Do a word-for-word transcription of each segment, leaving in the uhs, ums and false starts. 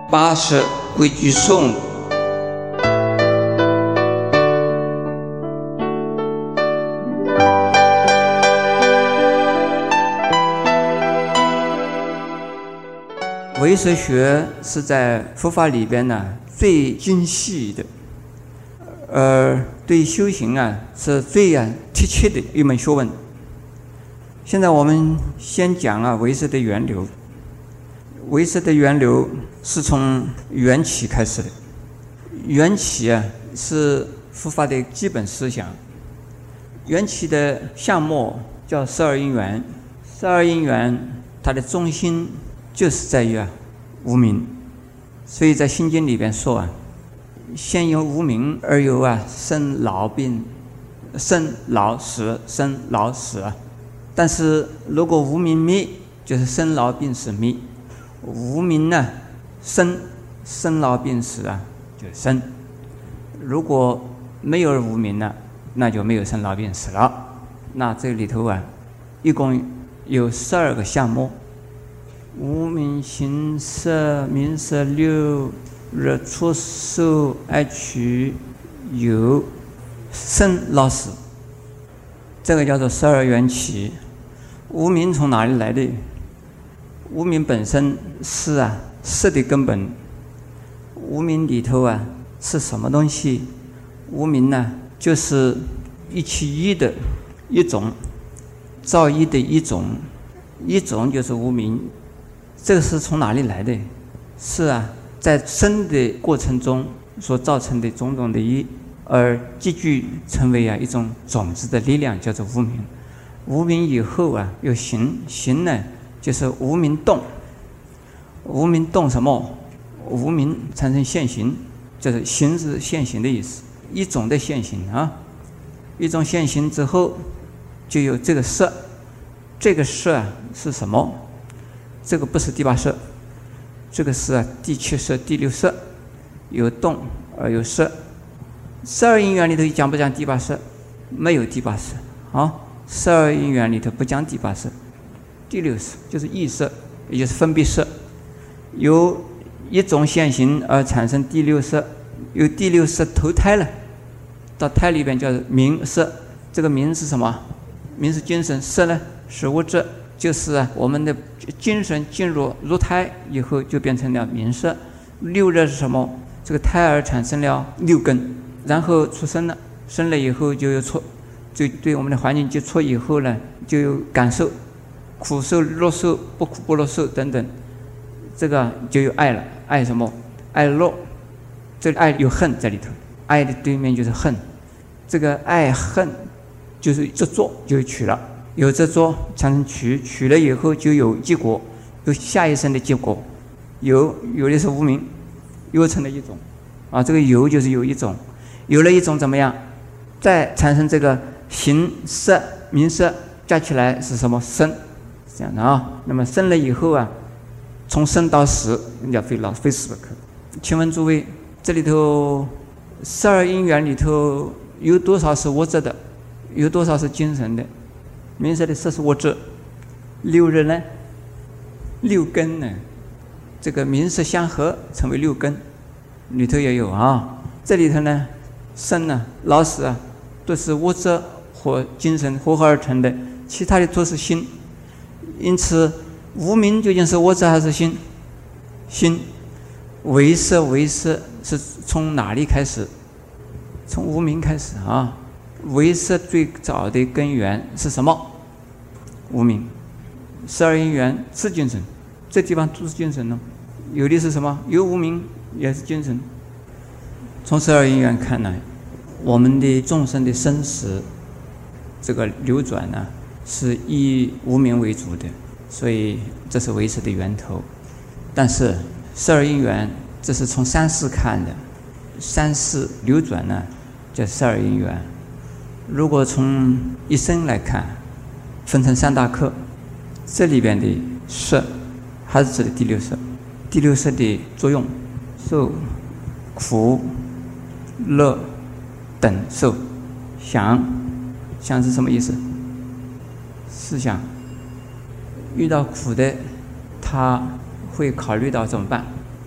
八识归居颂。唯识学是在佛法里边呢最精细的，而对修行啊是最啊贴切的一门学问。现在我们先讲啊唯识的源流。唯识的源流是从缘起开始的。缘起啊是佛法的基本思想。缘起的项目叫十二因缘，十二因缘它的中心就是在于啊无明。所以在心经里边说啊，先由无明而有啊生老病生老死生老死啊。但是如果无明灭，就是生老病死灭。无明呢生，生老病死啊就生。如果没有无明呢，那就没有生老病死了。那这里头啊一共有十二个项目：无明行识名色六入触受爱取有生老死，这个叫做十二缘起。无明从哪里来的？无明本身是啊识的根本。无明里头啊是什么东西？无明呢就是一其一的一种，造一的一种，一种就是无明。这个是从哪里来的？是啊在生的过程中所造成的种种的一，而积聚成为啊一种种子的力量，叫做无明。无明以后啊有行，行呢就是无明动。无明动什么？无明产生现行，就是行是现行的意思，一种的现行啊。一种现行之后就有这个色。这个色啊是什么？这个不是第八色，这个是啊第七色第六色，有动而有色。十二因缘里头讲不讲第八色？没有第八色啊。十二因缘里头不讲第八色，第六色就是异色，也就是分别色。由一种现行而产生第六色，由第六色投胎了，到胎里边叫名色。这个名是什么？名是精神，色呢是物质，就是啊我们的精神进入入胎以后就变成了名色。六热是什么？这个胎儿产生了六根，然后出生了，生了以后就有触，就对我们的环境接触以后呢，就有感受，苦受、乐受、不苦不乐受等等，这个就有爱了。爱什么？爱乐。这爱有恨在里头，爱的对面就是恨。这个爱恨就是执着，就有取了。有执着产生取，取了以后就有结果，有下一生的结果。有有的是无明，又成了一种啊。这个有就是有一种，有了一种怎么样？再产生这个形色名色，加起来是什么？生，这样的啊。那么生了以后啊，从生到死，要非老非死不可。请问诸位，这里头十二因缘里头有多少是物质的？有多少是精神的？名色的色是物质。六日呢？六根呢？这个名色相合成为六根，里头也有啊。这里头呢，生呢、老死啊，都是物质或精神合合而成的，其他的都是心。因此无明究竟是物质还是心？心。唯识唯识是从哪里开始？从无明开始啊。唯识最早的根源是什么？无明。十二因缘是精神，这地方都是精神呢。有的是什么？有无明也是精神。从十二因缘看来，我们的众生的生死这个流转呢，是以无明为主的，所以这是唯识的源头。但是十二因缘这是从三世看的，三世流转呢叫十二因缘。如果从一生来看，分成三大课，这里边的色还是指的第六色。第六色的作用，受、苦、乐等受。想，想是什么意思？思想。遇到苦的，他会考虑到怎么办？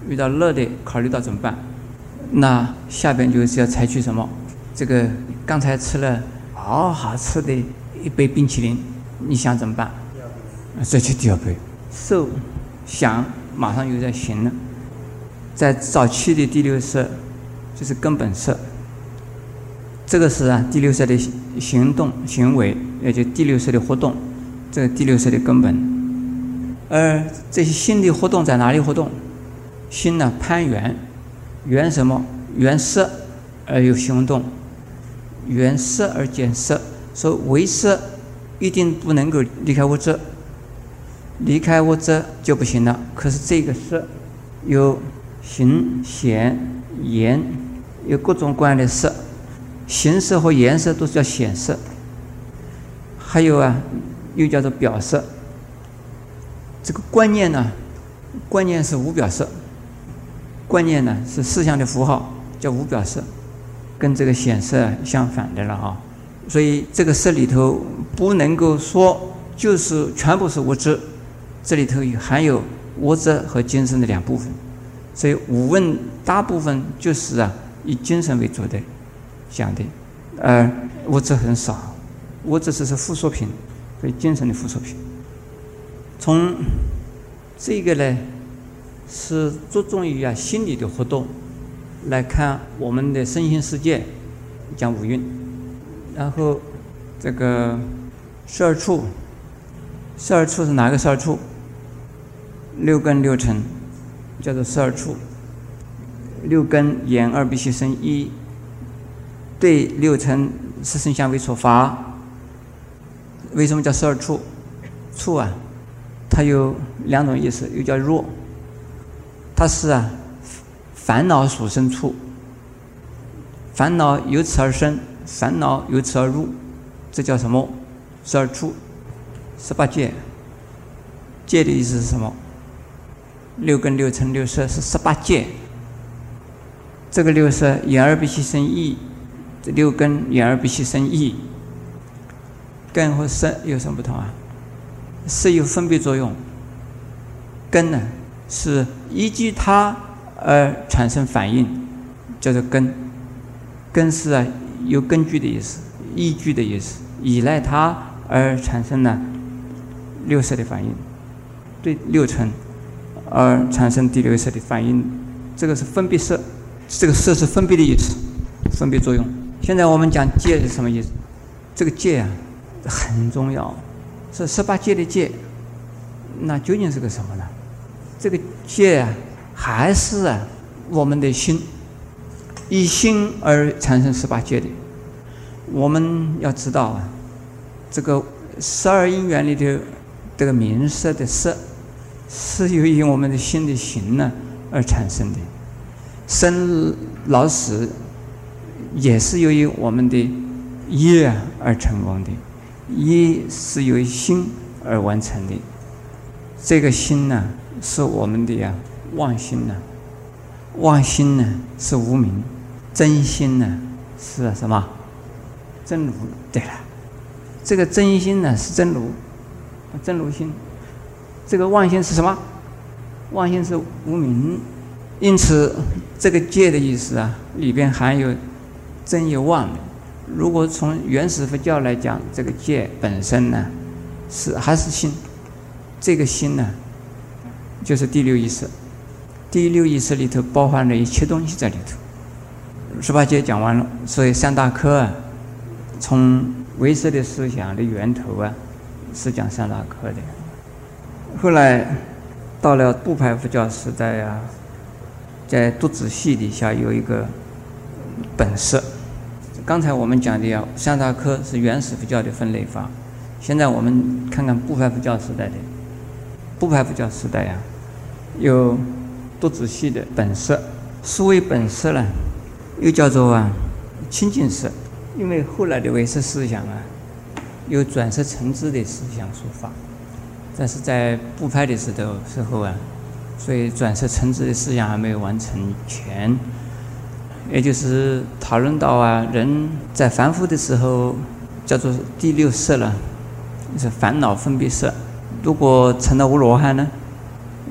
遇到热的，考虑到怎么办？那下边就是要采取什么？这个刚才吃了好好吃的一杯冰淇淋，你想怎么办？再去第二杯。受想马上又在行了。在早期的第六识就是根本识，这个是啊第六识的行动行为，也就第六识的活动，这个第六识的根本。而这些心的活动在哪里活动？心呢攀缘，缘什么？缘色而有行动，缘色而见色。说唯色一定不能够离开我执，离开我执就不行了。可是这个色有形、显、言，有各种各样的色，形色和颜色都是叫显色，还有啊，又叫做表色。这个观念呢，观念是无表色，观念呢是思想的符号，叫无表色，跟这个显色相反的了哈。所以这个色里头不能够说就是全部是无知，这里头含有我执和精神的两部分。所以五问大部分就是啊以精神为主的讲的，而我执很少，我执只是附属品，所以精神的附属品。从这个呢是着重于啊心理的活动来看我们的身心世界，讲五蕴。然后这个十二处，十二处是哪个十二处？六根六尘叫做十二处。六根眼耳鼻息声一，对六尘色声香味触法。为什么叫十二处？处啊它有两种意思，又叫弱，它是啊烦恼所生处，烦恼由此而生，烦恼由此而入，这叫什么？十二处。十八界，界的意思是什么？六根六尘六色是十八界。这个六色眼耳鼻息声意，这六根眼耳鼻息声意，根和色有什么不同啊？色有分别作用，根呢是依据它而产生反应，叫做根。根是啊有根据的意思，依据的意思，依赖它而产生了六色的反应，对六尘而产生第六色的反应，这个是分别色，这个色是分别的意思，分别作用。现在我们讲界是什么意思？这个界啊很重要，是十八界的界，那究竟是个什么呢？这个界啊还是啊我们的心，以心而产生十八界的。我们要知道啊，这个十二因缘里头这个名色的色，是由于我们的心的行呢而产生的，生老死也是由于我们的业而成功的，业是由于心而完成的。这个心呢是我们的呀妄心呢，妄心呢是无明，真心呢是什么？真如。对了，这个真心呢是真如，真如心。这个妄心是什么？妄心是无明。因此这个界的意思啊里边含有真有妄的。如果从原始佛教来讲，这个界本身呢是还是心，这个心呢就是第六意识，第六意识里头包含了一切东西在里头。十八界讲完了，所以三大科啊从唯识的思想的源头啊是讲三大科的。后来到了部派佛教时代啊，在独子系底下有一个本色。刚才我们讲的呀，三大科是原始佛教的分类法。现在我们看看部派佛教时代的，部派佛教时代呀，有独子系的本色。所谓本色呢，又叫做啊清净色，因为后来的唯识思想啊，有转色成智的思想说法，但是在部派的时候时候啊，所以转色成智的思想还没有完成全。也就是讨论到啊，人在凡夫的时候叫做第六色了，是烦恼分别色。如果成了无罗汉呢，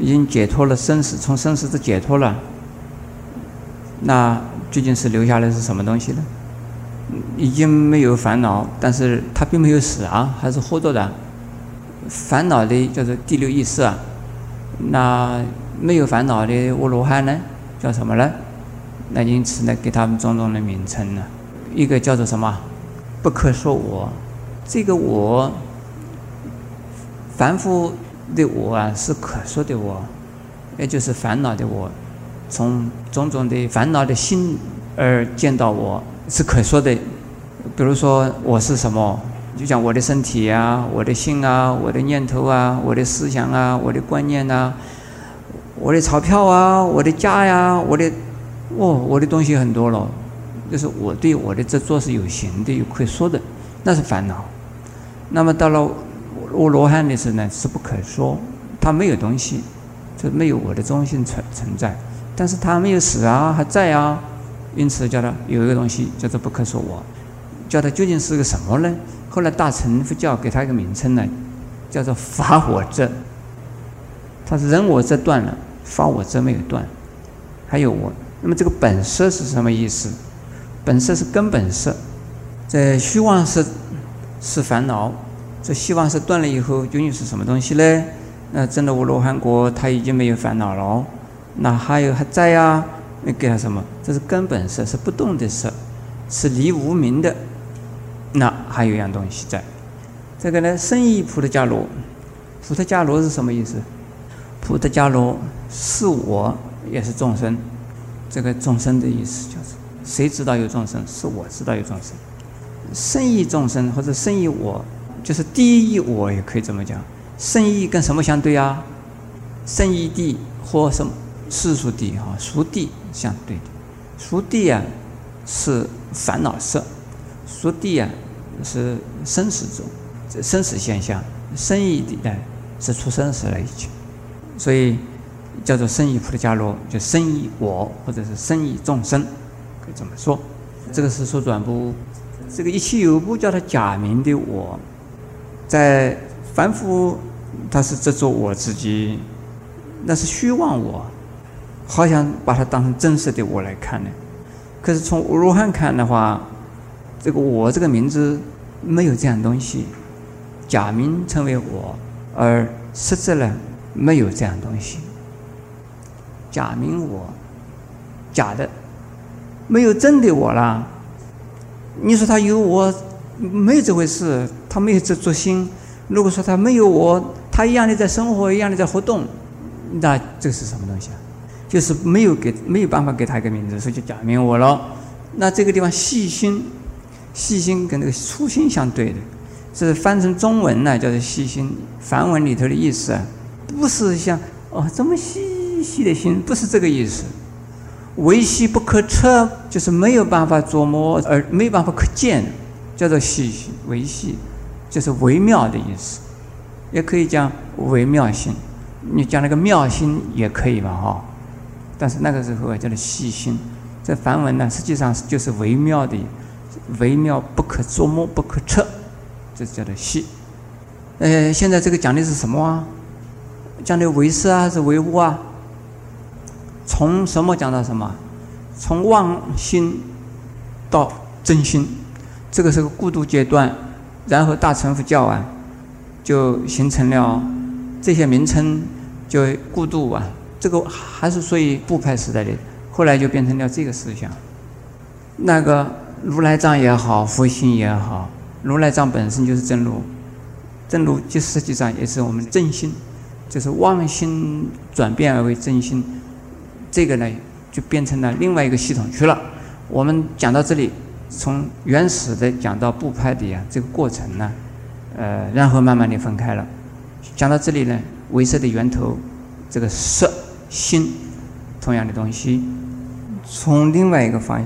已经解脱了生死，从生死的解脱了，那究竟是留下来是什么东西呢？已经没有烦恼，但是他并没有死啊，还是活着的。烦恼的叫做第六意识啊，那没有烦恼的阿罗汉呢，叫什么呢？那因此呢，给他们种种的名称呢，一个叫做什么？不可说我。这个我，凡夫的我啊，是可说的我，也就是烦恼的我，从种种的烦恼的心而见到我，是可说的。比如说我是什么，就讲我的身体啊，我的心啊，我的念头啊，我的思想啊，我的观念啊，我的钞票啊，我的家呀，我的哦，我的东西很多了，就是我对我的执着是有形的，有可说的，那是烦恼。那么到了阿罗汉的时候呢，是不可说，他没有东西，就没有我的中心存存在，但是他没有死啊，还在啊，因此叫他有一个东西叫做不可说我，叫他究竟是个什么呢？后来大乘佛教给他一个名称呢，叫做法我执。他是人我执断了，法我执没有断，还有我。那么这个本色是什么意思？本色是根本色，在虚妄色是烦恼，这虚妄色断了以后，究竟是什么东西呢？那真的阿罗汉果他已经没有烦恼了哦，那还有还在呀、啊？那给他什么？这是根本色，是不动的色，是离无明的。那还有一样东西在，这个呢，深意菩提伽罗。菩提伽罗是什么意思？菩提伽罗是我，也是众生。这个众生的意思就是，谁知道有众生？是我知道有众生。深意众生或者深意我，就是第一义我，也可以这么讲。深意跟什么相对啊？深意地或什么世俗地哈，俗地相对的。俗地啊是烦恼色，俗地啊是生死中生死现象，深意地呢是出生死了已经，所以叫做深意菩提伽罗，就深意我或者是深意众生，可以这么说。这个是说转部，这个一切有部叫它假名的我，在凡夫他是执着我自己，那是虚妄我，好像把它当成真实的我来看呢。可是从阿罗汉看的话，这个我这个名字没有这样东西，假名称为我，而实质呢没有这样东西。假名我，假的，没有真的我啦。你说他有我，没有这回事，他没有这作心。如果说他没有我，他一样的在生活，一样的在活动，那这是什么东西啊？就是没有给没有办法给他一个名字，所以就假名我了。那这个地方细心，细心跟这个粗心相对的，这翻成中文呢叫做细心。梵文里头的意思啊，不是像哦这么细细的心，不是这个意思。微细不可测，就是没有办法琢磨，而没有办法可见，叫做细心。微细就是微妙的意思，也可以讲微妙心。你讲那个妙心也可以嘛，哈。但是那个时候啊，叫做细心。这梵文呢，实际上就是微妙的，微妙不可捉摸、不可测，这叫做细。呃，现在这个讲的是什么啊？讲的唯识啊，还是唯物啊？从什么讲到什么？从妄心到真心，这个是个过渡阶段。然后大乘佛教啊，就形成了这些名称，就过渡啊。这个还是属于部派时代的，后来就变成了这个思想。那个如来藏也好，佛心也好，如来藏本身就是真如，真如就实际上也是我们的真心，就是妄心转变而为真心。这个呢，就变成了另外一个系统去了。我们讲到这里，从原始的讲到部派的呀，这个过程呢，呃，然后慢慢的分开了。讲到这里呢，唯识的源头，这个色心同样的东西，从另外一个方向。